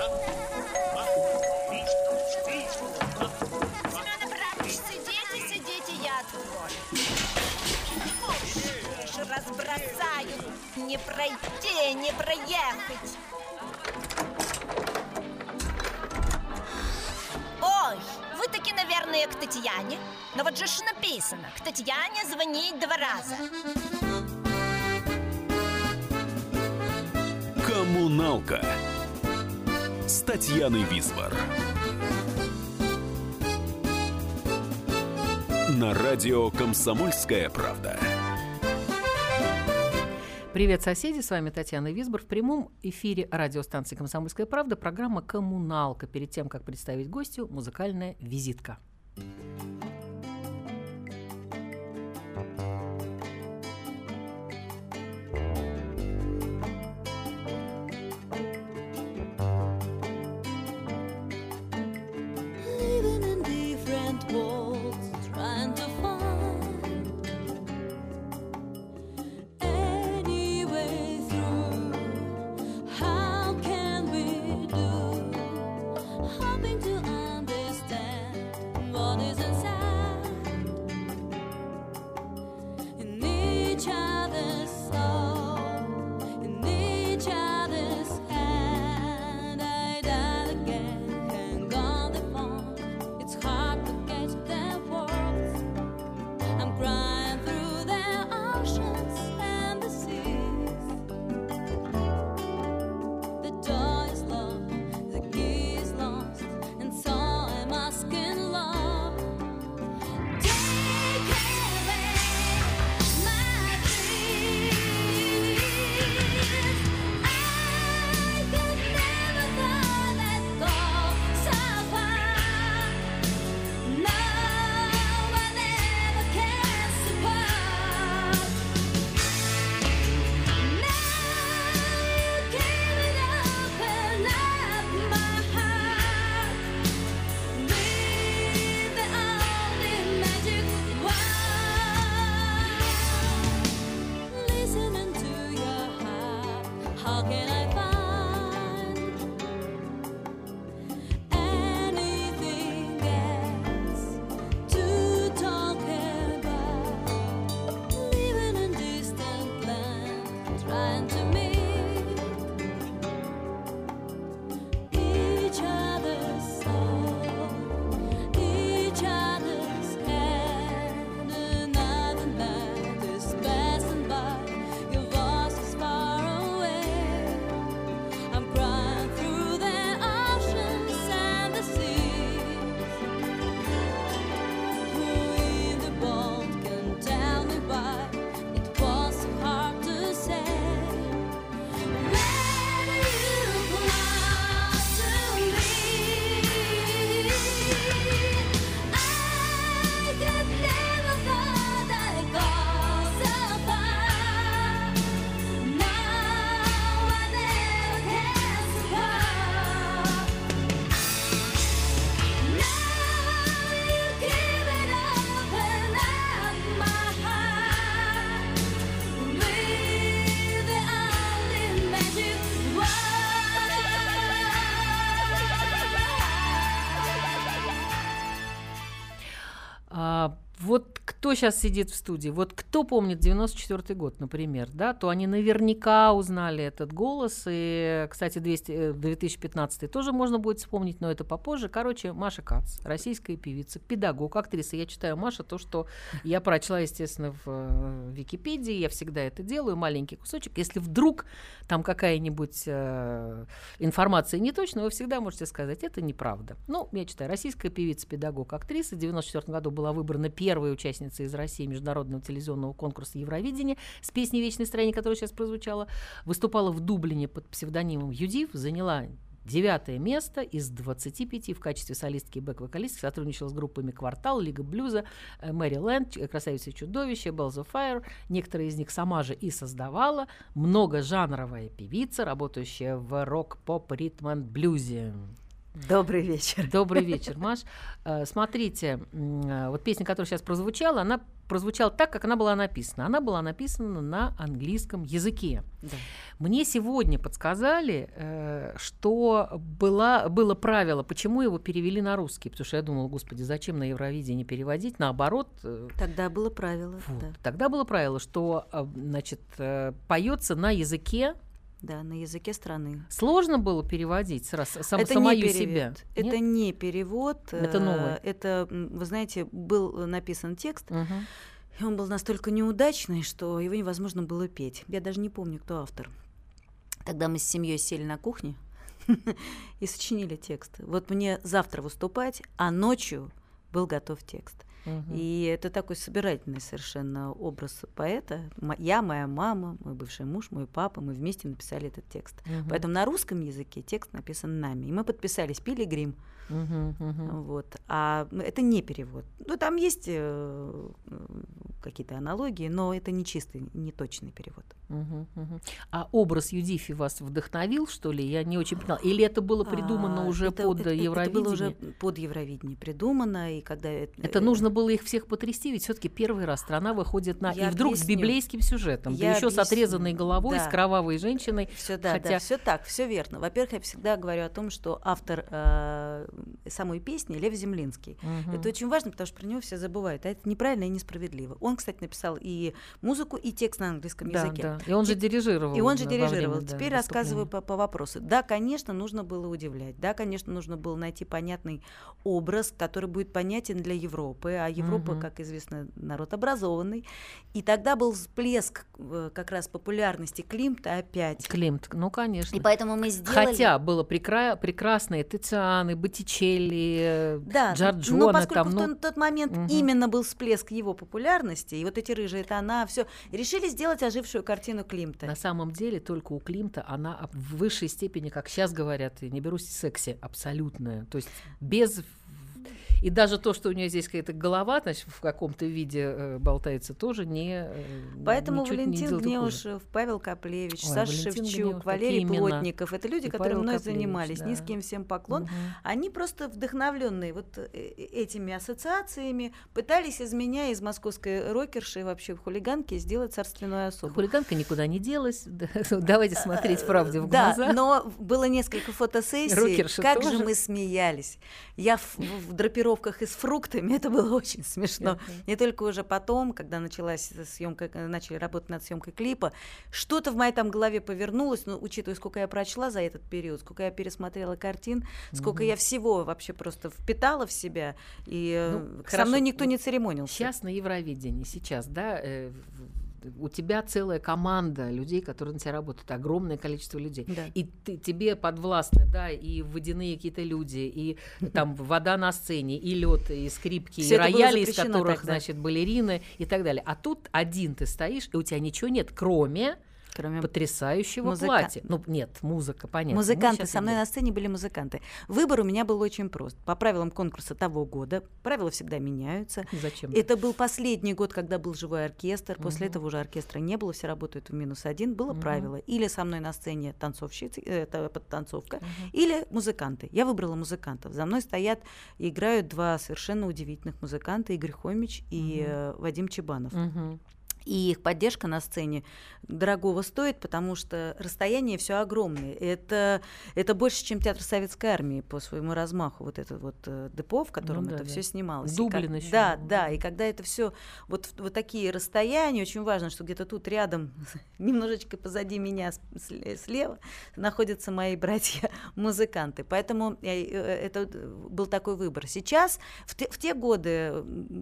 Семен Абрамович, сидите, я отвожу. Разбросаю. Не пройти, не проехать. Ой, вы таки, наверное, к Татьяне. Но вот же ж написано: к Татьяне звонить 2 раза. Коммуналка с Татьяной Висбор. На радио «Комсомольская правда». Привет, соседи! С вами Татьяна Висбор. В прямом эфире радиостанции «Комсомольская правда» программа «Коммуналка». Перед тем, как представить гостю, музыкальная визитка. Вот кто сейчас сидит в студии, вот кто помнит 94-й год, например, да, то они наверняка узнали этот голос. И, кстати, 2015 тоже можно будет вспомнить, но это попозже. Короче, Маша Кац, российская певица, педагог, актриса. Я читаю, Маша, то, что я прочла, естественно, в Википедии. Я всегда это делаю, маленький кусочек. Если вдруг там какая-нибудь информация неточная, вы всегда можете сказать, это неправда. Ну, я читаю, российская певица, педагог, актриса. В 1994 году была выбрана первой участницей из России международного телевизионного конкурса Евровидения с песней «Вечное строение», которая сейчас прозвучала. Выступала в Дублине под псевдонимом Юдив, заняла 9 место из 25 в качестве солистки и бэк-вокалистки, сотрудничала с группами «Квартал», «Лига блюза», «Мэриленд», «Красавица и чудовище», «Bells of Fire». Некоторые из них сама же и создавала. Многожанровая певица, работающая в рок-поп, ритм энд блюзе. Добрый вечер. Добрый вечер, Маш. Смотрите, вот песня, которая сейчас прозвучала, она прозвучала так, как она была написана. Она была написана на английском языке. Да. Мне сегодня подсказали, что было правило, почему его перевели на русский. Потому что я думала, господи, зачем на Евровидении переводить? Наоборот. Тогда было правило. Вот, Да. тогда было правило, что поется на языке. Да, на языке страны. Сложно было переводить Это самую не себя? Это Нет? не перевод. Это новый. Это, вы знаете, был написан текст, Мгм. и он был настолько неудачный, что его невозможно было петь. Я даже не помню, кто автор. Тогда мы с семьей сели на кухне и сочинили текст. Вот мне завтра выступать, а ночью был готов текст. Мгм. И это такой собирательный совершенно образ поэта. Я, моя мама, мой бывший муж, мой папа, мы вместе написали этот текст. Мгм. Поэтому на русском языке текст написан нами. И мы подписались «Пилигрим». Мгм, мгм. Вот. А это не перевод. Ну, там есть какие-то аналогии, но это не чистый, не точный перевод. Мгм, мгм. А образ Юдифи вас вдохновил, что ли? Я не очень поняла. Или это было придумано уже под Евровидение? Это было уже под Евровидение придумано, и когда Это нужно было их всех потрясти, ведь все-таки первый раз страна выходит на... Я и вдруг с объясню. библейским сюжетом, да Я еще с объясню. отрезанной головой, Да. с кровавой женщиной. Все, да, Хотя- да, все так, все верно. Во-первых, я всегда говорю о том, что автор самой песни Лев Землинский. Мгм. Это очень важно, потому что про него все забывают. А это неправильно и несправедливо. Он, кстати, написал и музыку, и текст на английском Да, языке. да. И он же дирижировал. И он же во дирижировал. время, да, Теперь рассказываю по вопросу. Да, конечно, нужно было удивлять. Да, конечно, нужно было найти понятный образ, который будет понятен для Европы. А Европа, Мгм. как известно, народ образованный. И тогда был всплеск как раз популярности Климта опять. Климт, ну, конечно. И поэтому мы сделали... Хотя было прекрасные Тицианы, Боттичелли, Да, Джорджоне, но поскольку там, в тот момент Мгм. именно был всплеск его популярности, и вот эти рыжие тона, все, решили сделать ожившую картину Климта. на самом деле только у Климта она в высшей степени, как сейчас говорят, и не берусь секси, абсолютная. То есть без... И даже то, что у нее здесь какая-то голова, значит, в каком-то виде болтается, тоже не... Поэтому ничуть не Валентин делает хуже. Гнеушев, Павел Каплевич, Ой, Саша Валентин Шевчук, Гнеушев, Валерий такие имена. Плотников — это люди, И которые Павел мной Каплевич, занимались. да. Низкий им всем поклон. Мгм. Они просто вдохновленные вот этими ассоциациями пытались из меня, из московской рокерши и вообще хулиганки, сделать царственную особу. Хулиганка никуда не делась. Давайте смотреть правде в Да, глаза. но было несколько фотосессий, Рокерши как же тоже. мы смеялись. Я в драпировках и с фруктами, это было очень смешно. Не только уже потом, когда началась съемка, начали работать над съемкой клипа, что-то в моей там голове повернулось, но учитывая, сколько я прочла за этот период, сколько я пересмотрела картин, сколько я всего вообще просто впитала в себя, и Ну, со хорошо. мной никто не церемонился. Сейчас на Евровидении, сейчас, да, у тебя целая команда людей, которые на тебя работают, огромное количество людей. Да. И тебе подвластны, да, и водяные какие-то люди, и там вода на сцене, и лед, и скрипки, Всё и это было рояли, из запрещено которых, тогда. значит, балерины и так далее. А тут один ты стоишь, и у тебя ничего нет, кроме Кроме потрясающего платья. Ну, нет, музыка, понятно. Музыканты, Мы щас со мной идём. на сцене были музыканты. Выбор у меня был очень прост. По правилам конкурса того года, правила всегда меняются. Зачем? Это был последний год, когда был живой оркестр. После Мгм. этого уже оркестра не было, все работают в -1. Было Мгм. правило. Или со мной на сцене танцовщицы, это подтанцовка, Мгм. или музыканты. Я выбрала музыкантов. За мной стоят и играют два совершенно удивительных музыканта: Игорь Хомич и Вадим Чебанов. Мгм. И их поддержка на сцене дорогого стоит, потому что расстояние все огромное. Это больше, чем театр Советской Армии по своему размаху. Вот этот вот депо, в котором Ну да, это да. все снималось. И Дублин ещё Да, был, да. да. И когда это все вот такие расстояния, очень важно, что где-то тут рядом, немножечко позади меня слева, находятся мои братья-музыканты. Поэтому это был такой выбор. Сейчас, в те годы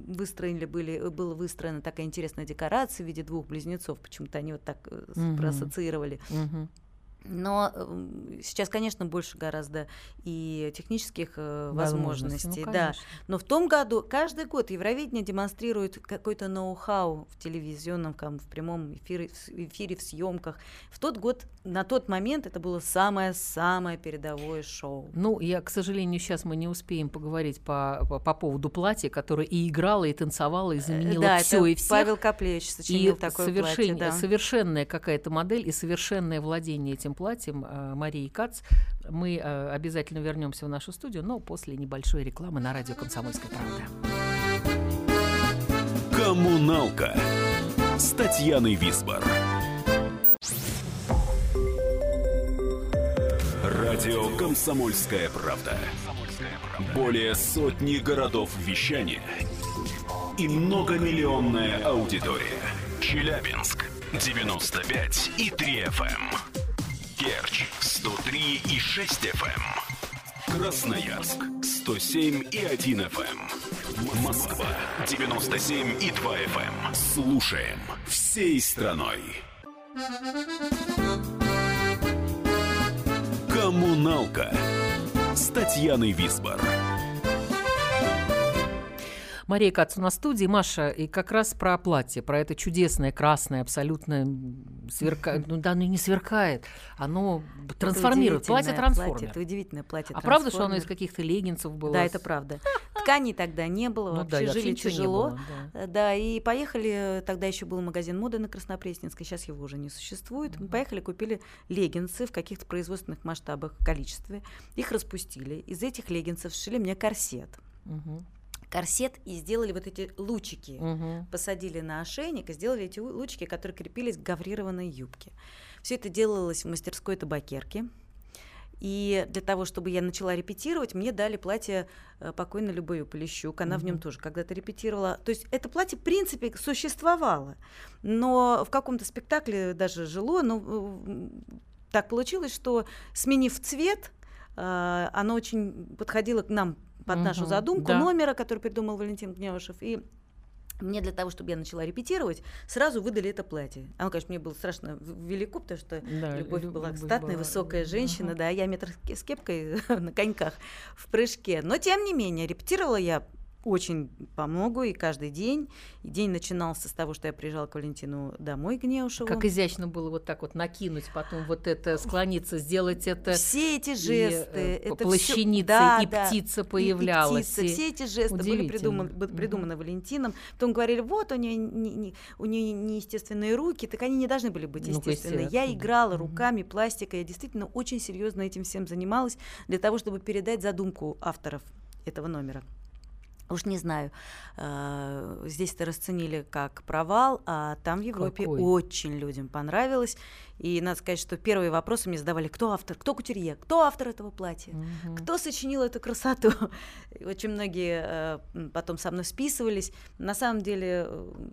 была выстроена такая интересная декорация в виде двух близнецов. Почему-то они вот так Мгм. проассоциировали. Мгм. Но сейчас, конечно, больше гораздо и технических возможностей. Ну, Да. конечно. Но в том году, каждый год Евровидение демонстрирует какой-то ноу-хау в телевизионном, в прямом эфире, в съемках. В тот год, на тот момент, это было самое-самое передовое шоу. Ну, к сожалению, сейчас мы не успеем поговорить по поводу платья, которое и играло, и танцевало, и заменило Да, все это и всех. Павел Каплевич сочинил И такое платье. Да. совершенная какая-то модель и совершенное владение этим платьем Марии Кац. Мы обязательно вернемся в нашу студию, но после небольшой рекламы на радио «Комсомольская правда». Коммуналка с Татьяной Висбор. Радио «Комсомольская правда». Более сотни городов вещания и многомиллионная аудитория. Челябинск 95,3 FM. Керчь 103,6 FM. Красноярск 107,1 FM. Москва 97,2 FM. Слушаем всей страной. Коммуналка с Татьяной Висбор. Мария Кац у нас в студии. Маша, и как раз про платье, про это чудесное, красное, абсолютно сверкает. Ну да, оно не сверкает, оно трансформирует. Платье-трансформер. Это удивительное платье. А правда, что оно из каких-то леггинсов было? Да, это правда. Тканей тогда не было, вообще жили тяжело. Да, и поехали, тогда еще был магазин моды на Краснопресненской, сейчас его уже не существует. Мы поехали, купили леггинсы в каких-то производственных масштабах, количестве. Их распустили. Из этих леггинсов сшили мне корсет. Корсет и сделали вот эти лучики, посадили на ошейник и сделали эти лучики, которые крепились к гаврированной юбке. Все это делалось в мастерской табакерки. И для того, чтобы я начала репетировать, мне дали платье покойной Любовью Полищук. Она в нем тоже когда-то репетировала. То есть это платье, в принципе, существовало. Но в каком-то спектакле даже жило. Но так получилось, что, сменив цвет, оно очень подходило к нам под нашу задумку номера, который придумал Валентин Гнеушев. И мне для того, чтобы я начала репетировать, сразу выдали это платье. Оно, конечно, мне было страшно велико, потому что Любовь была статная, высокая женщина, да, я метр с кепкой на коньках в прыжке. Но, тем не менее, репетировала я очень по многу и каждый день. И день начинался с того, что я приезжала к Валентину домой, к Гнеушеву. Как изящно было вот так вот накинуть, потом вот это, склониться, сделать это. Все эти жесты. И плащаница, да, и птица появлялась. И птица. Все эти жесты были придуманы Валентином. Потом говорили, вот у нее неестественные руки, так они не должны были быть естественные. Я играла руками, пластикой, я действительно очень серьезно этим всем занималась для того, чтобы передать задумку авторов этого номера. Уж не знаю, здесь это расценили как провал, а там в Европе очень людям понравилось. И надо сказать, что первые вопросы мне задавали: кто автор, кто кутюрье, кто автор этого платья, кто сочинил эту красоту. И очень многие потом со мной списывались. На самом деле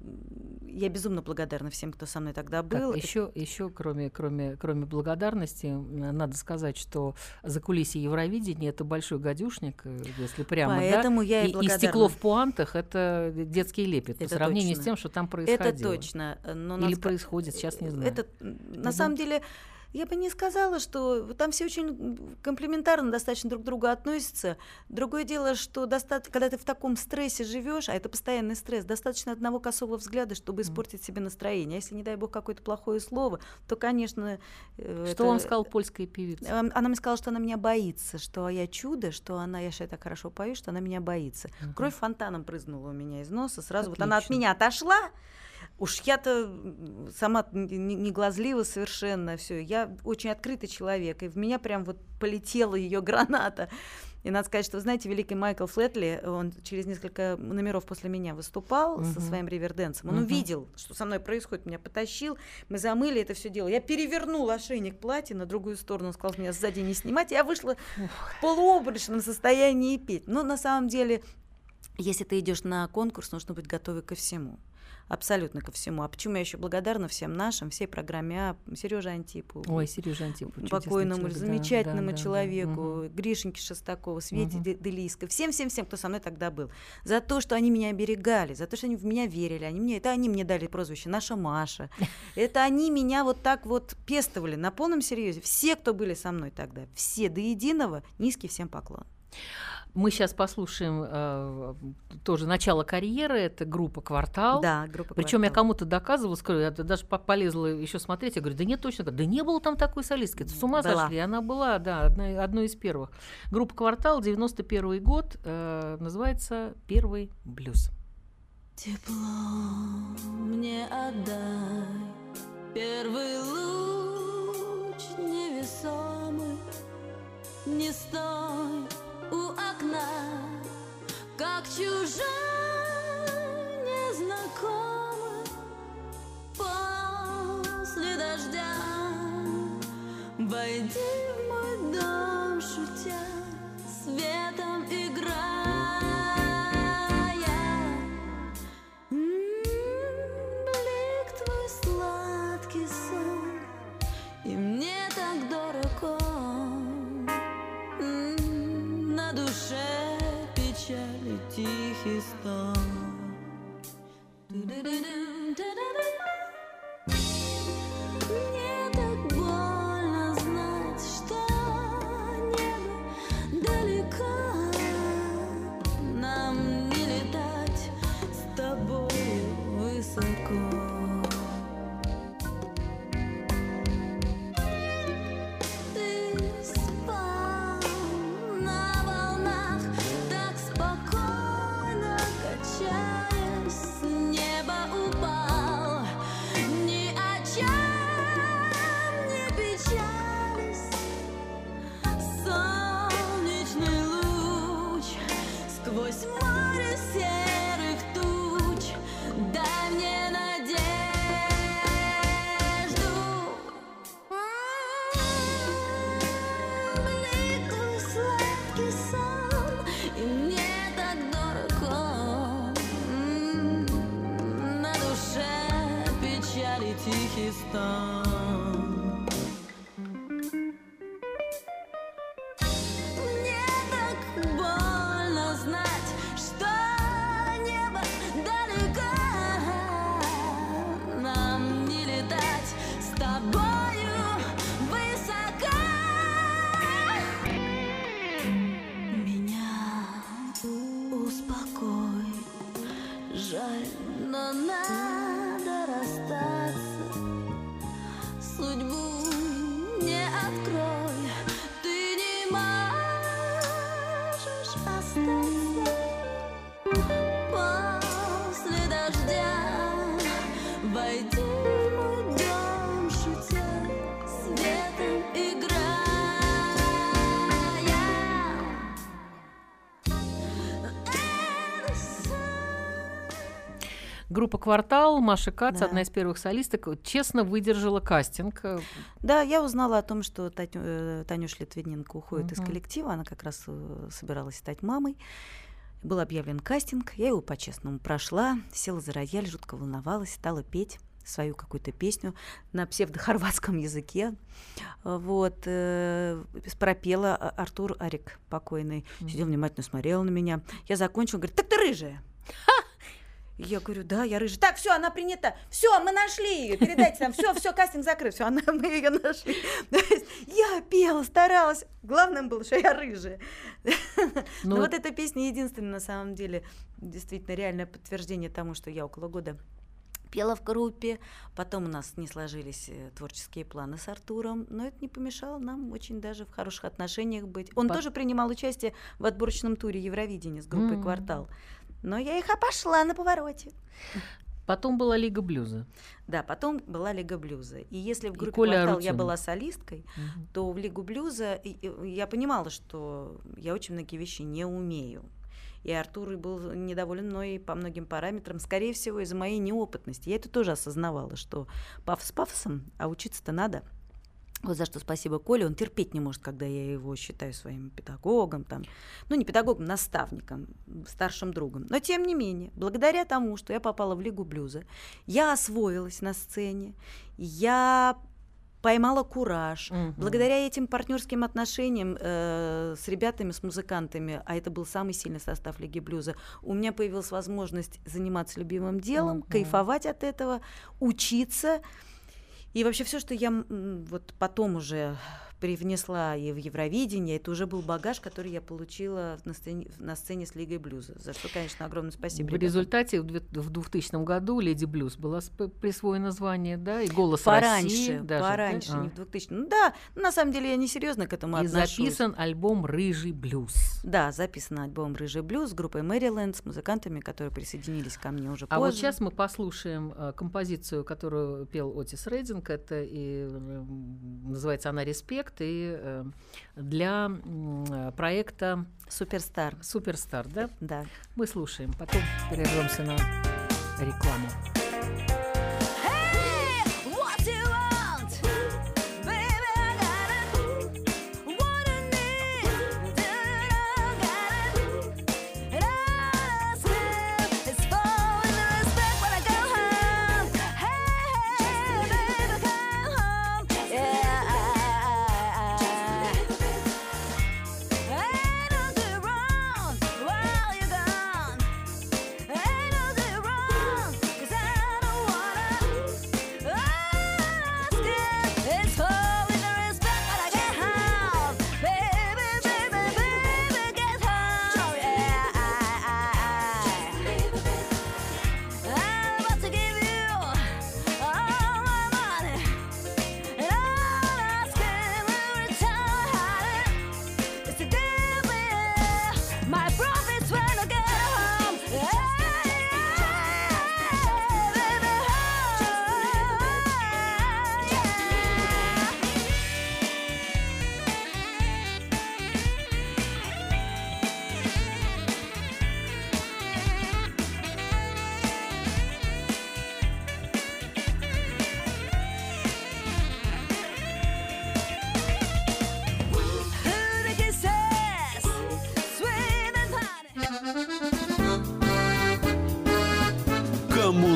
я безумно благодарна всем, кто со мной тогда был. Еще кроме благодарности, надо сказать, что закулисье Евровидения — это большой гадюшник, если прямо. Поэтому я и благодарна. И стекло в пуантах — это детский лепет по сравнению с тем, что там происходило. Это точно. Или происходит, сейчас не знаю. На самом деле, я бы не сказала, что там все очень комплиментарно достаточно друг к другу относятся. Другое дело, что когда ты в таком стрессе живешь, а это постоянный стресс, достаточно одного косого взгляда, чтобы испортить себе настроение. А если, не дай бог, какое-то плохое слово, то, конечно... Что вам сказала польская певица? Она мне сказала, что она меня боится, что я чудо, что я так хорошо пою, что она меня боится. Кровь фонтаном прызнула у меня из носа. Сразу вот она от меня отошла. Уж я-то сама не глазлива совершенно, все. Я очень открытый человек, и в меня прям вот полетела ее граната. И надо сказать, что, вы знаете, великий Майкл Флетли, он через несколько номеров после меня выступал со своим риверденсом. Он увидел, что со мной происходит, меня потащил, мы замыли это все дело. Я перевернула ошейник платья на другую сторону, он сказал, меня сзади не снимать. Я вышла в полуобморочном состоянии петь. Но на самом деле, если ты идешь на конкурс, нужно быть готовой ко всему. Абсолютно ко всему. А почему я еще благодарна всем нашим, всей программе Сереже Антипову. Ой, Сережа Антипов. Покойному, замечательному человеку, Гришеньке Шестакову, Свете Делийской, всем-всем-всем, кто со мной тогда был. За то, что они меня оберегали, за то, что они в меня верили. Это они мне дали прозвище «Наша Маша». Это они меня вот так вот пестовали на полном серьезе. Все, кто были со мной тогда, все до единого, низкий всем поклон. Мы сейчас послушаем тоже начало карьеры. Это группа «Квартал». Да, группа Причем «Квартал». я кому-то доказывала, скажу, я даже полезла еще смотреть. Я говорю, да нет, точно. Да не было там такой солистки. С ума сошли. Она была, да, одной из первых. Группа «Квартал», 91-й год. Называется «Первый блюз». Тепло мне отдай, первый луч невесомый, не стой у окна, как чужой незнакомый. стой. Мне так больно знать, что небо далеко. Нам не летать с тобой высоко. Сквозь море серых туч дай мне надежду. Бликуй сладкий сон, и мне так дорог он. На душе печали тихий стон. Жаль, но надо расстаться. Судьбу не открой, ты не можешь остаться. После дождя войди в мой дом, шутя, светом играя. Группа «Квартал», Маша Кац, Да. одна из первых солисток, честно выдержала кастинг. Да, я узнала о том, что Танюша Литвиненко уходит из Мгм. коллектива. Она как раз собиралась стать мамой. Был объявлен кастинг. Я его по-честному прошла, села за рояль, жутко волновалась, стала петь свою какую-то песню на псевдохорватском языке. Вот. Пропела Артур Арик, покойный. Сидел внимательно, смотрел на меня. Я закончила, говорит: так ты рыжая. Я говорю: да, я рыжая. Так, все, она принята. Все, мы нашли ее. Передайте нам. Все, кастинг закрыт. Все, мы ее нашли. То есть я пела, старалась. Главное было, что я рыжая. Но вот эта песня единственная, на самом деле, действительно реальное подтверждение тому, что я около года пела в группе. Потом у нас не сложились творческие планы с Артуром, но это не помешало нам очень даже в хороших отношениях быть. Он тоже принимал участие в отборочном туре Евровидения с группой «Квартал». Но я их обошла на повороте. Потом была Лига блюза. Да, потом была Лига блюза. И если в группе Коля «Квартал» Арутюн. я была солисткой, то в Лигу блюза я понимала, что я очень многие вещи не умею. И Артур был недоволен мной по многим параметрам, скорее всего, из-за моей неопытности. Я это тоже осознавала, что пафос пафосом, а учиться-то надо. Вот за что спасибо Коле, он терпеть не может, когда я его считаю своим педагогом, там, ну не педагогом, наставником, старшим другом. Но тем не менее, благодаря тому, что я попала в Лигу блюза, я освоилась на сцене, я поймала кураж. Благодаря этим партнерским отношениям с ребятами, с музыкантами, а это был самый сильный состав Лиги блюза, у меня появилась возможность заниматься любимым делом, кайфовать от этого, учиться. И вообще все, что я вот потом уже привнесла и в Евровидение, это уже был багаж, который я получила на сцене с Лигой блюза, за что, конечно, огромное спасибо. В ребятам. результате в 2000 году «Леди Блюз» была присвоено звание, да, и «Голос Пораньше, России». Даже, пораньше, да? не в 2000. Ну да, на самом деле я несерьезно к этому И отношусь. записан альбом «Рыжий блюз». Да, записан альбом «Рыжий блюз» с группой «Мэриленд», с музыкантами, которые присоединились ко мне уже А позже. вот сейчас мы послушаем композицию, которую пел Отис Рейдинг. Это и называется она «Респект», и для проекта «Суперстар». «Суперстар», да? Да. Мы слушаем, потом прервемся на рекламу.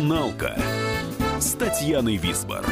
Коммуналка с Татьяной Висбор.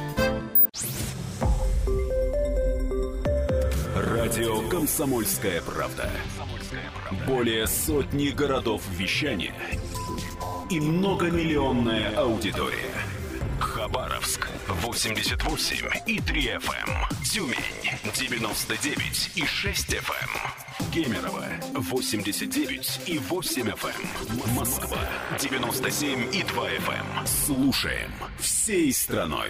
Радио «Комсомольская правда». Более сотни городов вещания и многомиллионная аудитория. Хабаровск 88,3 FM, Тюмень 99,6 FM, Кемерово 89,8 FM, Москва 97,2 FM. Слушаем всей страной.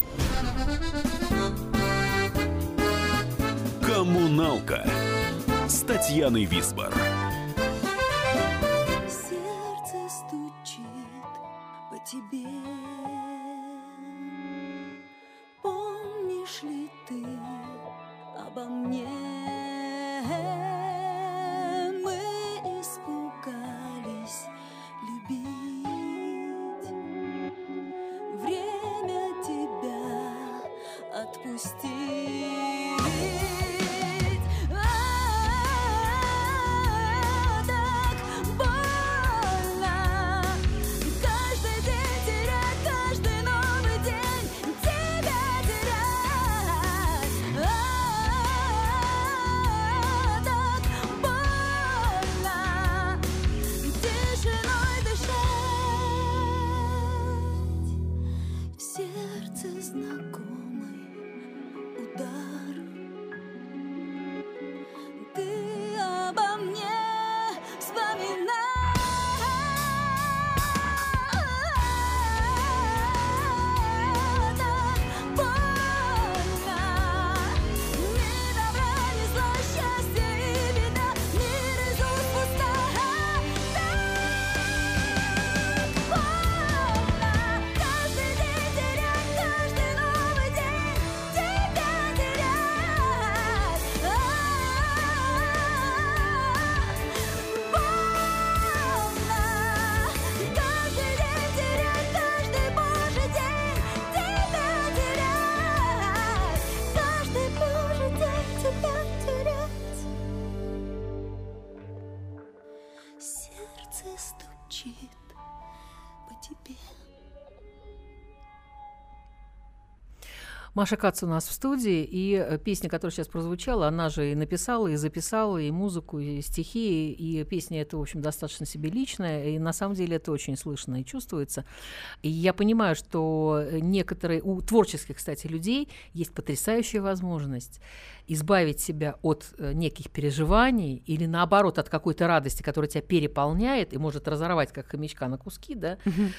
Коммуналка с Татьяной Висбор. Сердце стучит по тебе. Помнишь ли ты обо мне? Мы испугались любить. Время тебя отпустить. Маша Кац у нас в студии, и песня, которая сейчас прозвучала, она же и написала, и записала, и музыку, и стихи, и песня эта, в общем, достаточно себе личная, и на самом деле это очень слышно и чувствуется. И я понимаю, что некоторые, у творческих, кстати, людей есть потрясающая возможность избавить себя от неких переживаний или, наоборот, от какой-то радости, которая тебя переполняет и может разорвать, как хомячка, на куски, да?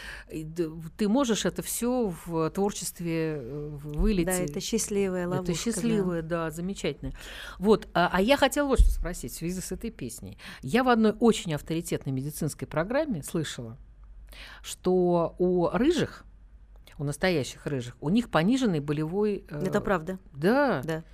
И ты можешь это все в творчестве вылить. Да, это счастливая ловушка. Это счастливая, да, замечательная. Вот, а я хотела вот что спросить в связи с этой песней. Я в одной очень авторитетной медицинской программе слышала, что у рыжих, у настоящих рыжих, у них пониженный болевой... Это правда. Да? Да.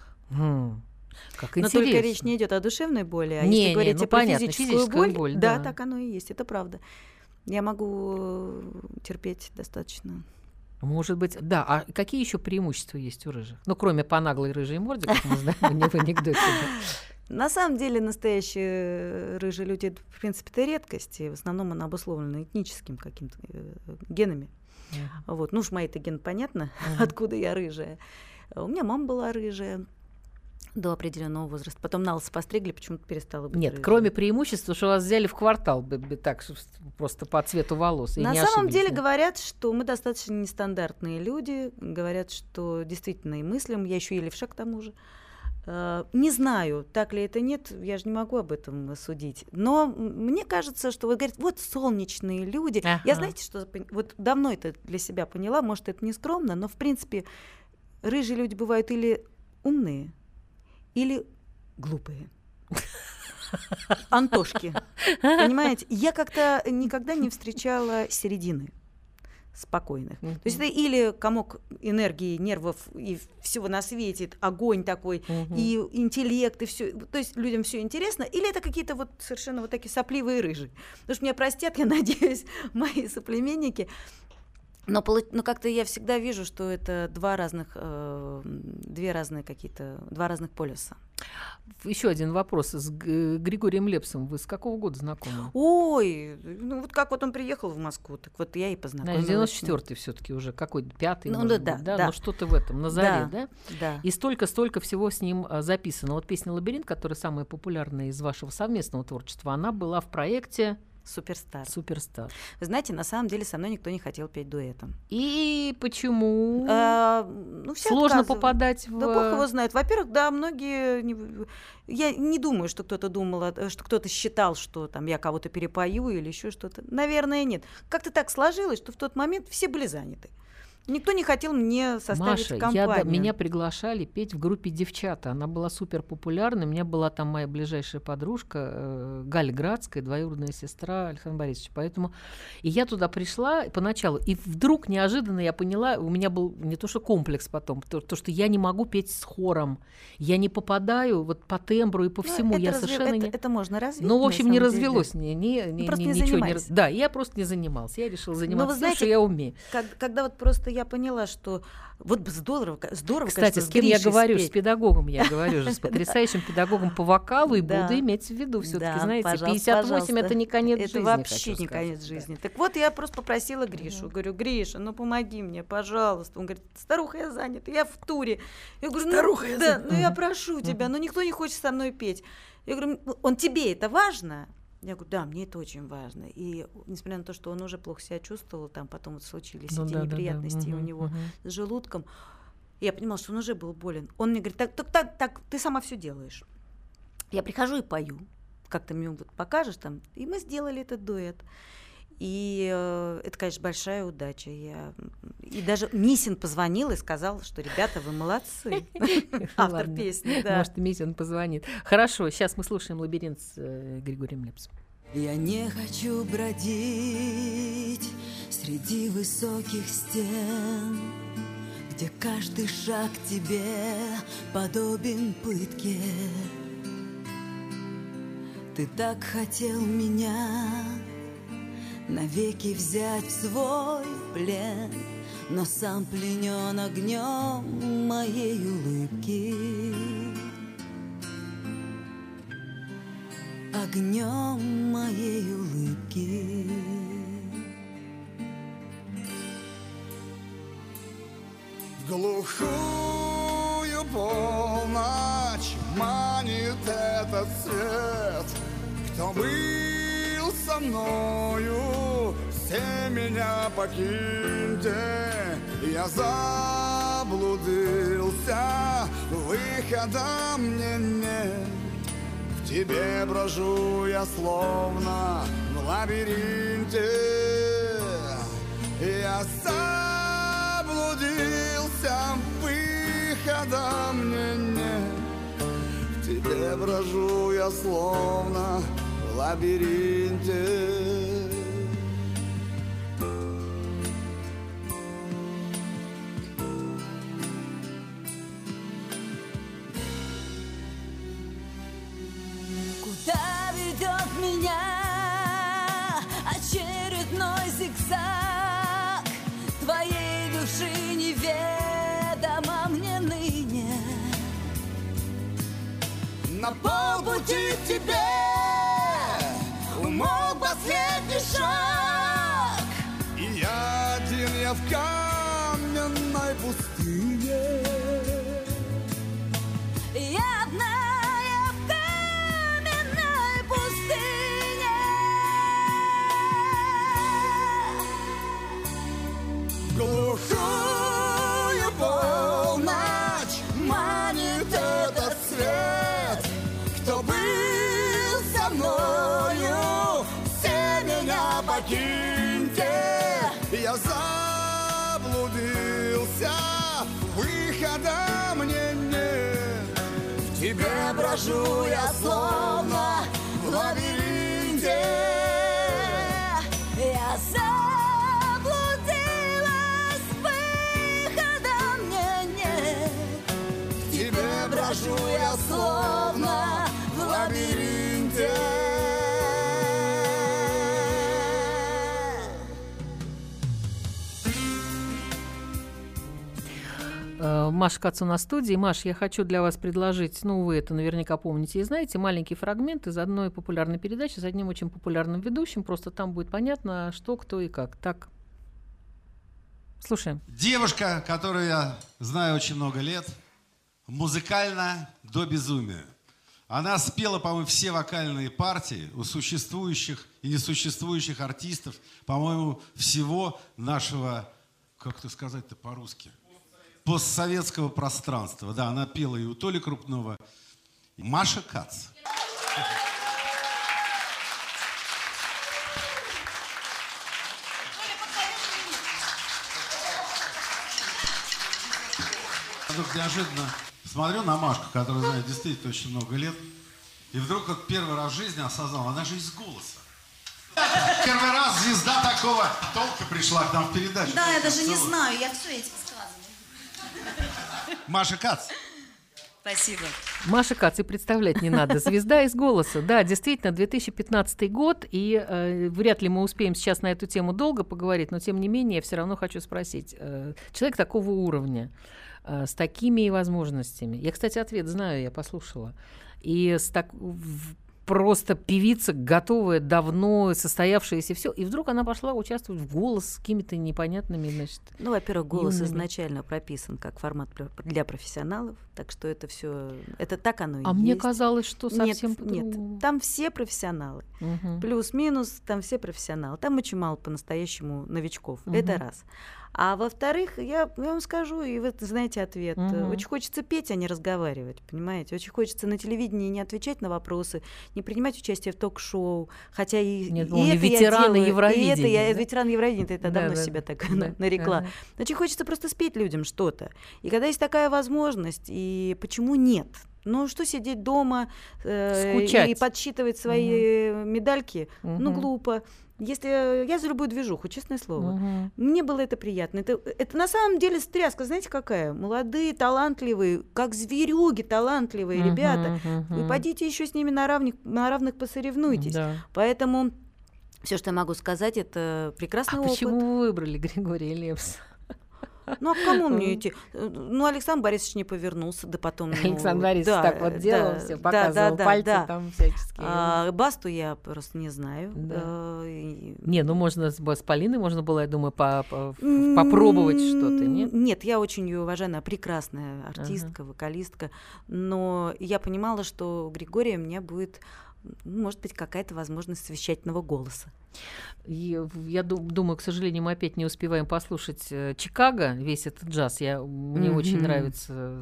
Как Но интересно. только речь не идет о душевной боли, а Не, если говорить про понятно, физическую физическая боль, да, так оно и есть, это правда. Я могу терпеть достаточно. Может быть, да. А какие еще преимущества есть у рыжих? Ну, кроме по наглой рыжей морде, как мы знаем в анекдоте. На самом деле настоящие рыжие люди, это, в принципе, это редкость, и в основном она обусловлена этническим каким-то генами. Вот. Ну уж мои-то ген понятно, откуда я рыжая. У меня мама была рыжая до определенного возраста. Потом на лысо постригли, почему-то перестала быть Нет, рыжей. кроме преимущества, что вас взяли в квартал так просто по цвету волос. На самом деле говорят, что мы достаточно нестандартные люди. Говорят, что действительно и мыслим. Я еще и левша к тому же. Не знаю, так ли это нет, я же не могу об этом судить. Но мне кажется, что вот говорят, вот солнечные люди. Ага. Я, знаете, что вот давно это для себя поняла, может, это не скромно, но в принципе рыжие люди бывают или умные, или глупые. Антошки. Понимаете? Я как-то никогда не встречала середины спокойных. То есть это или комок энергии, нервов и всего на свете, огонь такой, и интеллект, и все. То есть людям все интересно, или это какие-то вот совершенно вот такие сопливые рыжие. Потому что меня простят, я надеюсь, мои соплеменники. Но как-то я всегда вижу, что это два разных полюса. Еще один вопрос. С Григорием Лепсом вы с какого года знакомы? Ой, ну вот как вот он приехал в Москву, так вот я и познакомилась. 94-й все-таки уже, какой-то 5-й, Ну, может да, быть, да. Ну, что-то в этом, на заре, да? Да. И столько всего с ним записано. Вот песня «Лабиринт», которая самая популярная из вашего совместного творчества, она была в проекте Суперстар. «Суперстар». Вы знаете, на самом деле со мной никто не хотел петь дуэтом. И почему? Ну, все Сложно отказывают. попадать в... Да бог его знает. Во-первых, да, многие... Я не думаю, что кто-то думал, что кто-то считал, что там я кого-то перепою или еще что-то. Наверное, нет. Как-то так сложилось, что в тот момент все были заняты. Никто не хотел мне составить Маша, компанию. меня приглашали петь в группе «Девчата». Она была супер популярна. У меня была там моя ближайшая подружка Галя Градская, двоюродная сестра Александра Борисовича. Поэтому и я туда пришла поначалу, и вдруг неожиданно я поняла, у меня был не то что комплекс потом, то что я не могу петь с хором. Я не попадаю вот по тембру и по всему. Я совершенно не... Это можно развить. Ну, в общем, не на самом развелось. деле. Просто не ничего занимались. Да, я просто не занимался. Я решила заниматься вы тем, знаете, что я умею. Когда вот просто я поняла, что вот бы здорово, Кстати, конечно, с кем я Гришей говорю? спеть. С педагогом я говорю, с потрясающим педагогом по вокалу, и Да. буду иметь в виду все-таки, Да, знаете, пожалуйста, 58 это не конец это жизни. Это вообще хочу не сказать. конец Да. жизни. Так вот, я просто попросила Гришу. Говорю, Гриша, ну помоги мне, пожалуйста. Он говорит, старуха, я занята, я в туре. Я говорю, Старуха, я да, занята. ну я прошу тебя, но никто не хочет со мной петь. Я говорю, он тебе это важно? Я говорю, да, мне это очень важно. И несмотря на то, что он уже плохо себя чувствовал, там потом вот случились Ну эти да, да, да. неприятности у Мгм, него мгм. с желудком, я понимала, что он уже был болен. Он мне говорит, так, ты сама все делаешь. Я прихожу и пою, как ты мне вот покажешь там. И мы сделали этот дуэт. И это, конечно, большая удача. И даже Мисин позвонил и сказал, что, ребята, вы молодцы. Автор Ладно. песни, да. Может, Митин позвонит. Хорошо, сейчас мы слушаем «Лабиринт» с Григорием Лепсом. Я не хочу бродить среди высоких стен, где каждый шаг тебе подобен пытке. Ты так хотел меня навеки взять в свой плен, но сам пленен огнем моей улыбки. Огнем моей улыбки. В глухую полночь манит этот свет. Кто был со мною, все меня покиньте. Я заблудился, выхода мне нет. В тебе брожу я словно в лабиринте. Я заблудился, выхода мне нет. В тебе брожу я словно в лабиринте. Куда ведет меня очередной зигзаг твоей души неведомо мне ныне. На полпути к тебе умолк последний шаг. И я один, я в каменной пустыне. Я одна, я в каменной пустыне. Глухую полночь манит этот свет. Кто был со мною, все меня покиньте. Я заблудился, выхода мне нет. В тебе брожу я словно в лабиринте. Я заблудилась, выхода мне нет. В тебе брожу я словно в лабиринте. Маша Кац у нас в студии. Маш, я хочу для вас предложить, ну, вы это наверняка помните и знаете, маленький фрагмент из одной популярной передачи с одним очень популярным ведущим. Просто там будет понятно, что, кто и как. Так, слушаем. Девушка, которую я знаю очень много лет, музыкально до безумия. Она спела, по-моему, все вокальные партии у существующих и несуществующих артистов, по-моему, всего нашего, как это сказать-то по-русски, постсоветского пространства. Да, она пела и у Толи Крупнова. Маша Кац. Вдруг неожиданно смотрю на Машку, которую знаю действительно очень много лет, и вдруг вот первый раз в жизни осознал, она же из «Голоса». Первый раз звезда такого толка пришла к нам в передачу. Да, я даже не знаю, я все этим сказано. Маша Кац. Спасибо. Маша Кац, и представлять не надо. Звезда из «Голоса». Да, действительно, 2015 год, и вряд ли мы успеем сейчас на эту тему долго поговорить, но тем не менее я все равно хочу спросить. Человек такого уровня, с такими возможностями. Я, кстати, ответ знаю, я послушала. И просто певица, готовая, давно состоявшаяся, все. И вдруг она пошла участвовать в «Голос» с какими-то непонятными, значит, Ну, во-первых, «Голос» юными. Изначально прописан как формат для профессионалов, так что это все, это так оно и есть. А мне казалось, что Нет, совсем нет, там все профессионалы. Мгм. Плюс-минус, там все профессионалы. Там очень мало по-настоящему новичков. Мгм. Это раз. А во-вторых, я вам скажу, и вы знаете ответ. Мгм. Очень хочется петь, а не разговаривать, понимаете? Очень хочется на телевидении не отвечать на вопросы, не принимать участие в ток-шоу. Хотя и, Нет, и он это ветеран я делаю, Евровидения, и это я да? ветеран Евровидения, это я Да, давно да, себя так да, нарекла. ага. Очень хочется просто спеть людям что-то. И когда есть такая возможность, и почему нет? Ну, что сидеть дома Скучать. и подсчитывать свои медальки? Ну, Мгм. глупо. Если я за любую движуху, честное слово. Мгм. Мне было это приятно. Это на самом деле стряска, знаете, какая? Молодые, талантливые, как зверюги талантливые Мгм, ребята. мгм. Вы пойдите еще с ними на равных посоревнуйтесь. Да. Поэтому все, что я могу сказать, это прекрасный опыт. Почему вы выбрали Григория Лепса? Ну, а к кому мне идти? Ну, Александр Борисович не повернулся, да потом... ну, Александр Борисович да, так вот делал, да, все да, показывал да, пальцы да. там всяческие. Басту я просто не знаю. Да. И- Не, ну можно с Полиной можно было, я думаю, попробовать что-то, нет? Нет, я очень ее уважаю, она прекрасная артистка, вокалистка, но я понимала, что у Григория у меня будет, может быть, какая-то возможность вещательного голоса. И я думаю, к сожалению, мы опять не успеваем послушать Чикаго, весь этот джаз. Мне очень нравится.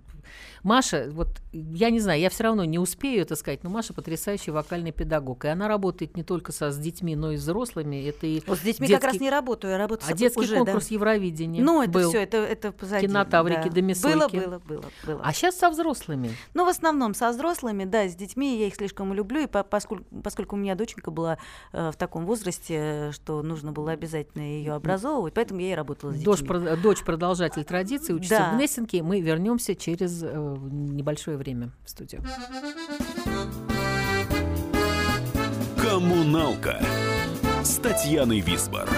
Маша, вот я не знаю, я все равно не успею это сказать, но Маша потрясающий вокальный педагог. И она работает не только с детьми, но и с взрослыми. Это и Вот с детьми детский- как раз не работаю, я работаю А детский уже, конкурс да. Евровидения Ну, это был. все, это позади. Кинотаврики, да. домисольки. Было. А сейчас со взрослыми. Ну, в основном со взрослыми, да, с детьми я их слишком люблю, и поскольку у меня доченька была в таком возрасте, что нужно было обязательно ее образовывать, поэтому я и работала с детьми. Дочь продолжатель традиции, учится Да. в Гнесинке. Мы вернемся через небольшое время в студию. «Коммуналка» с Татьяной Висбор.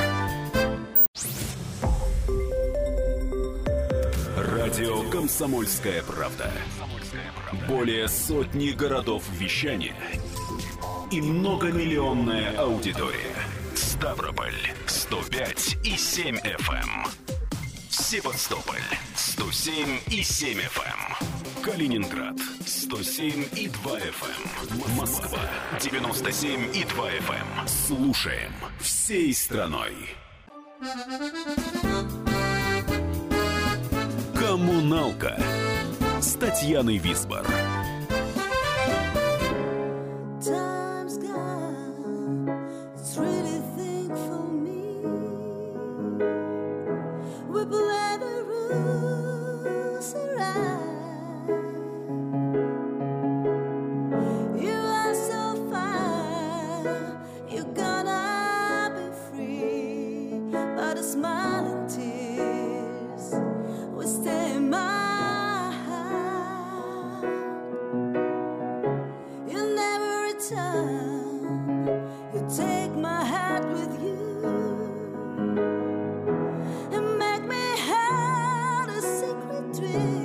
Радио «Комсомольская правда». Более сотни городов вещания и многомиллионная аудитория. Ставрополь 105 и 7 FM. Севастополь 107 и 7 FM. Калининград 107 и 2 FM. Москва 97 и 2 FM. Слушаем всей страной. «Коммуналка» с Татьяной Висбор. Time's gone, it's really think for me. We play the rules right. You are so fine, you're gonna be free. But a smile and tears will stay in my heart. You never return. You take my heart with you and make me have a secret dream.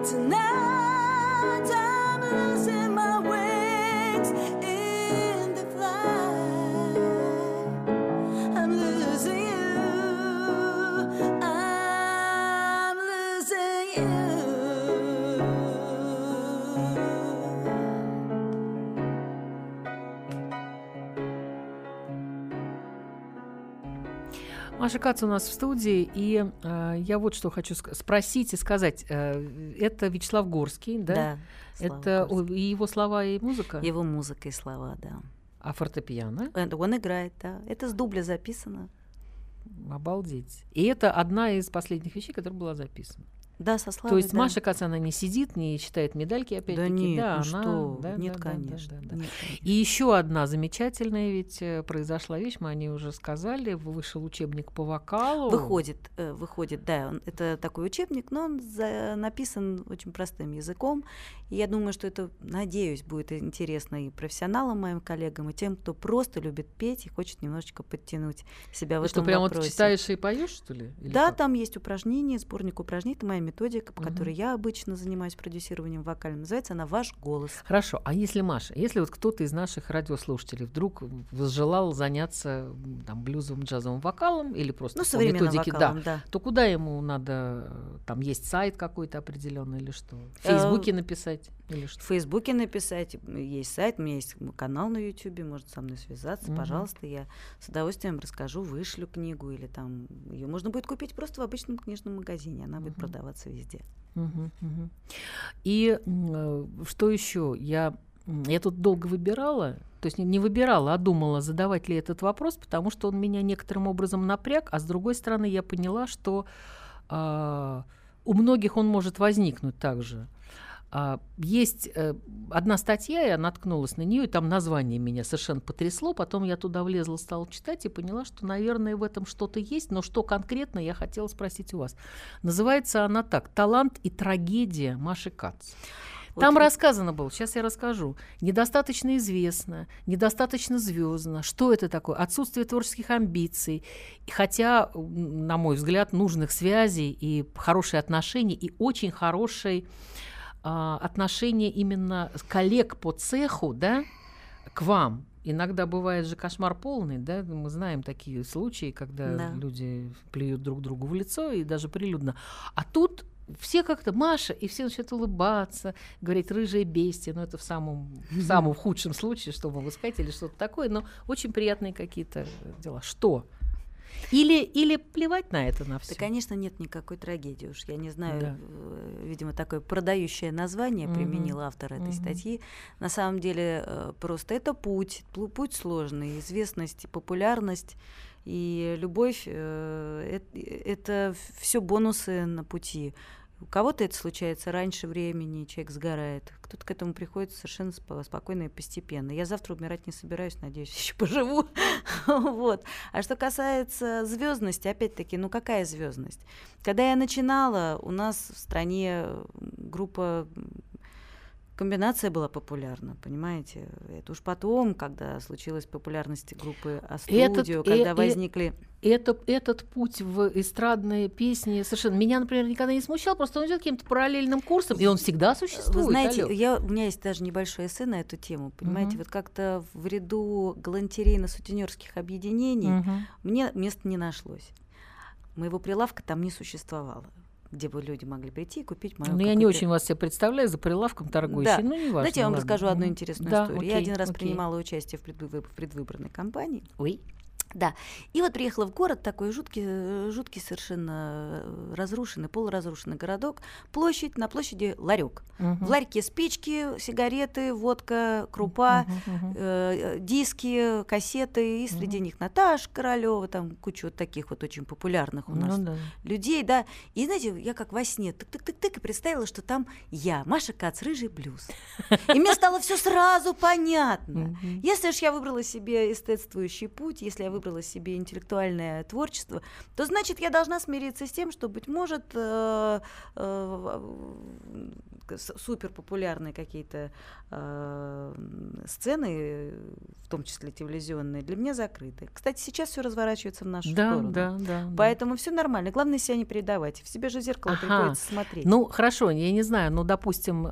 Tonight I'm losing my wings in the flight. I'm losing you. I'm losing you. Маша Кац у нас в студии, и я вот что хочу спросить и сказать. Это Вячеслав Горский, да? Да. Слава Это Горский. и его слова и музыка? Его музыка и слова, да. А фортепиано? Он играет, да. Это с дубля записано. Обалдеть. И это одна из последних вещей, которая была записана. Да, со Славой, То есть да. Маша Кац, она не сидит, не читает медальки, опять-таки. Да нет, да, ну она, что, да, нет, да, да, конечно. да, да. Нет, конечно. И еще одна замечательная ведь произошла вещь, мы о ней уже сказали, вышел учебник по вокалу. Выходит, да, это такой учебник, но он написан очень простым языком, и я думаю, что это, надеюсь, будет интересно и профессионалам, моим коллегам, и тем, кто просто любит петь и хочет немножечко подтянуть себя в Ты этом что, прямо вопросе. вот читаешь и поешь, что ли? Или Да, как? там есть упражнения, сборник упражнений, это моя методика, по которой я обычно занимаюсь продюсированием вокальным. Называется она «Ваш голос». Хорошо, а если, Маша, если вот кто-то из наших радиослушателей вдруг возжелал заняться там, блюзовым, джазовым вокалом или просто Ну, по современным методике, вокалом, да. то куда ему надо, там есть сайт какой-то определенный или что? В Фейсбуке написать или В что? Фейсбуке написать, есть сайт, у меня есть канал на Ютубе, можно со мной связаться, пожалуйста, я с удовольствием расскажу, вышлю книгу, или там ее можно будет купить просто в обычном книжном магазине, она будет продаваться везде. И что еще? Я тут долго выбирала, то есть не выбирала, а думала, задавать ли этот вопрос, потому что он меня некоторым образом напряг, а с другой стороны я поняла, что у многих он может возникнуть также. Есть одна статья, я наткнулась на нее, и там название меня совершенно потрясло. Потом я туда влезла, стала читать и поняла, что, наверное, в этом что-то есть, но что конкретно, я хотела спросить у вас. Называется она так: «Талант и трагедия» Маши Кац. Там рассказано было, сейчас я расскажу, недостаточно известно, недостаточно звездно, что это такое, отсутствие творческих амбиций, и хотя, на мой взгляд, нужных связей и хорошие отношения, и очень хороший отношение именно коллег по цеху, да, к вам. Иногда бывает же кошмар полный, да, мы знаем такие случаи, когда люди плюют друг другу в лицо и даже прилюдно. А тут все как-то Маша, и все начинают улыбаться, говорить рыжее бестия, это в самом худшем случае, что могу сказать, или что-то такое, но очень приятные какие-то дела. Что? Или плевать на это, на все? Да, конечно, нет никакой трагедии уж. Я не знаю, видимо, такое продающее название применил автор этой статьи. На самом деле просто это путь сложный. Известность, популярность и любовь это все бонусы на пути. У кого-то это случается раньше времени, человек сгорает. Кто-то к этому приходит совершенно спокойно и постепенно. Я завтра умирать не собираюсь, надеюсь, еще поживу. Вот. А что касается звездности, опять-таки, какая звездность? Когда я начинала, у нас в стране группа комбинация была популярна, понимаете? Это уж потом, когда случилась популярность группы А-студио, когда возникли... Этот путь в эстрадные песни совершенно меня, например, никогда не смущал, просто он идет каким-то параллельным курсом, и он всегда существует. Вы знаете, у меня есть даже небольшое эссе на эту тему, понимаете? Вот как-то в ряду галантерейно-сутенёрских объединений мне места не нашлось. Моего прилавка там не существовало, где бы люди могли прийти и купить мою я не очень вас себе представляю за прилавком торгующей, не важно. Знаете, я вам расскажу одну интересную историю. Окей, я один раз принимала участие в предвыборной кампании. Ой. Да. И вот приехала в город, такой жуткий совершенно разрушенный, полуразрушенный городок. На площади ларек. В ларьке спички, сигареты, водка, крупа, диски, кассеты. И среди них Наташа Королева, там куча вот таких вот очень популярных у нас людей. Да. И знаете, я как во сне тык-тык-тык и представила, что там я, Маша Кац, рыжий блюз. И мне стало все сразу понятно. Если же я выбрала себе эстетствующий путь, если я выбрала себе интеллектуальное творчество, то значит я должна смириться с тем, что, быть может, супер популярные какие-то сцены, в том числе телевизионные, для меня закрыты. Кстати, сейчас все разворачивается в нашу сторону. Да. Поэтому все нормально. Главное себя не передавать. В себе же зеркало приходится смотреть. Ну, хорошо, я не знаю, но, допустим,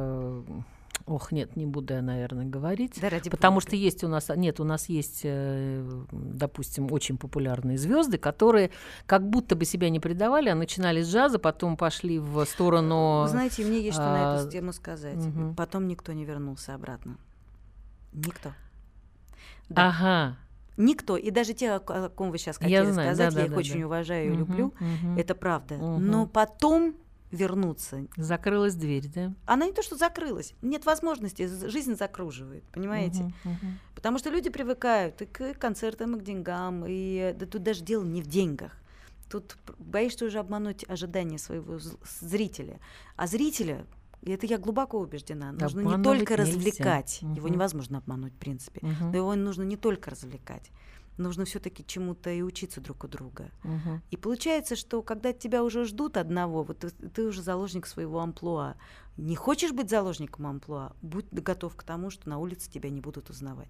нет, не буду я, наверное, говорить. Да, ради потому бога. что есть у нас есть, допустим, очень популярные звезды, которые как будто бы себя не предавали, а начинали с джаза, потом пошли в сторону... Вы знаете, мне есть что на эту тему сказать. Потом никто не вернулся обратно. Никто. Да. Ага. Никто. И даже те, о ком вы сейчас хотели сказать, я их очень уважаю и люблю. Это правда. Но потом вернуться. Закрылась дверь, да? Она не то, что закрылась. Нет возможности. Жизнь закруживает, понимаете? Потому что люди привыкают и к концертам, и к деньгам. И да, тут даже дело не в деньгах. Тут боишься уже обмануть ожидания своего зрителя. А зрителя, это я глубоко убеждена, нужно не только развлекать. Его невозможно обмануть, в принципе. Но его нужно не только развлекать. Нужно все-таки чему-то и учиться друг у друга. И получается, что когда тебя уже ждут одного, вот ты уже заложник своего амплуа. Не хочешь быть заложником амплуа, будь готов к тому, что на улице тебя не будут узнавать.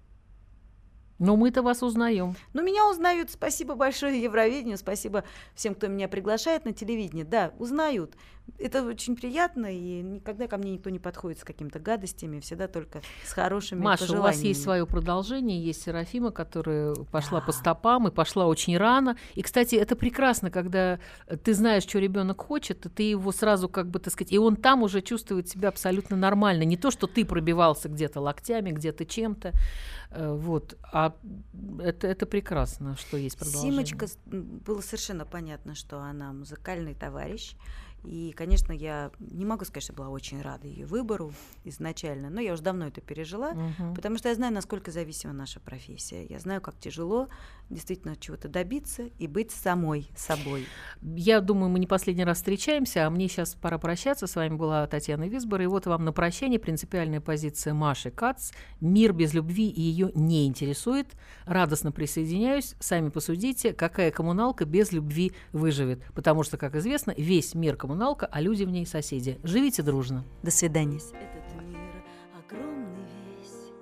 Но мы-то вас узнаем. Ну, меня узнают. Спасибо большое Евровидению, спасибо всем, кто меня приглашает на телевидение. Да, узнают. Это очень приятно, и никогда ко мне никто не подходит с какими-то гадостями, всегда только с хорошими пожеланиями. Маша, у вас есть свое продолжение, есть Серафима, которая пошла по стопам и пошла очень рано. И, кстати, это прекрасно, когда ты знаешь, что ребенок хочет, и ты его сразу, как бы, так сказать, и он там уже чувствует себя абсолютно нормально. Не то, что ты пробивался где-то локтями, где-то чем-то, вот. А это прекрасно, что есть продолжение. Симочка, было совершенно понятно, что она музыкальный товарищ. И, конечно, я не могу сказать, что была очень рада ее выбору изначально, но я уже давно это пережила, потому что я знаю, насколько зависима наша профессия. Я знаю, как тяжело действительно чего-то добиться и быть самой собой. Я думаю, мы не последний раз встречаемся, а мне сейчас пора прощаться. С вами была Татьяна Висбор, и вот вам на прощание принципиальная позиция Маши Кац. Мир без любви ее не интересует. Радостно присоединяюсь. Сами посудите, какая коммуналка без любви выживет. Потому что, как известно, весь мир коммуналка, а люди в ней соседи. Живите дружно. До свидания. Этот мир огромный весь,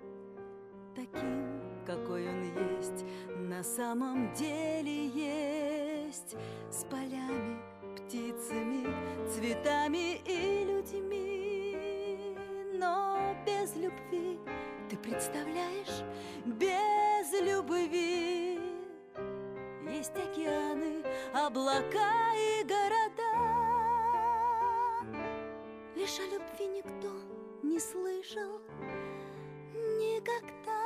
таким, какой он есть, на самом деле есть, с полями, птицами, цветами и людьми. Но без любви, ты представляешь, без любви есть океаны, облака и города. Лишь о любви никто не слышал никогда.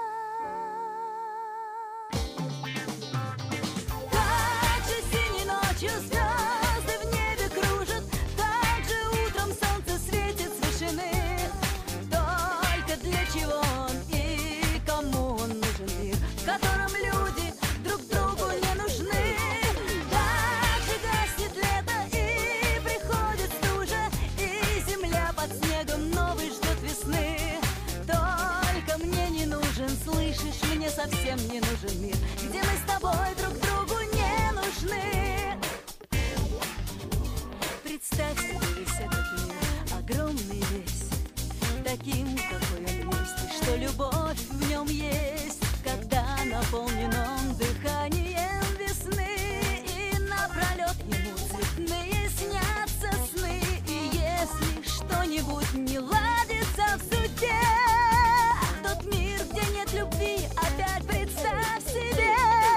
Так же синей ночью звезды в небе кружат, так же утром солнце светит с вышины. Только для чего он и кому он нужен мир, в котором люди друг другу не нужны. Так же гаснет лето и приходит стужа, и земля под снегом новый ждет весны. Только мне не нужен, слышишь, мне совсем не нужен мир, где мы с тобой друг другу не нужны. Представь себе весь этот мир, огромный весь, таким, какой он есть, что любовь в нем есть, когда наполнен он дыханием весны, и напролет ему цветные снятся сны. И если что-нибудь не ладится в судьбе, тот мир, где нет любви, опять представь себе.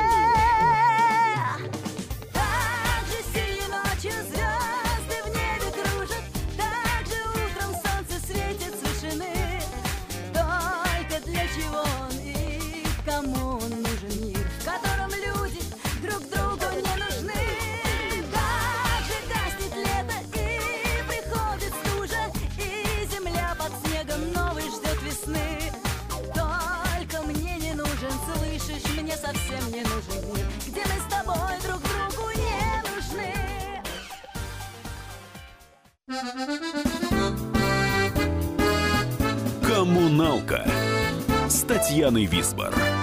Так же синей ночью звезды в небе кружат, так же утром солнце светит с вышины. Только для чего он и кому он нужен мир, в котором люди друг другу не нужны. Так же гаснет лето и приходит стужа, и земля под снегом новый ждет весны. Только мне не нужен, слышишь, мне совсем не нужен мир, где мы с тобой друг другу не нужны. «Коммуналка» с Татьяной Висбор.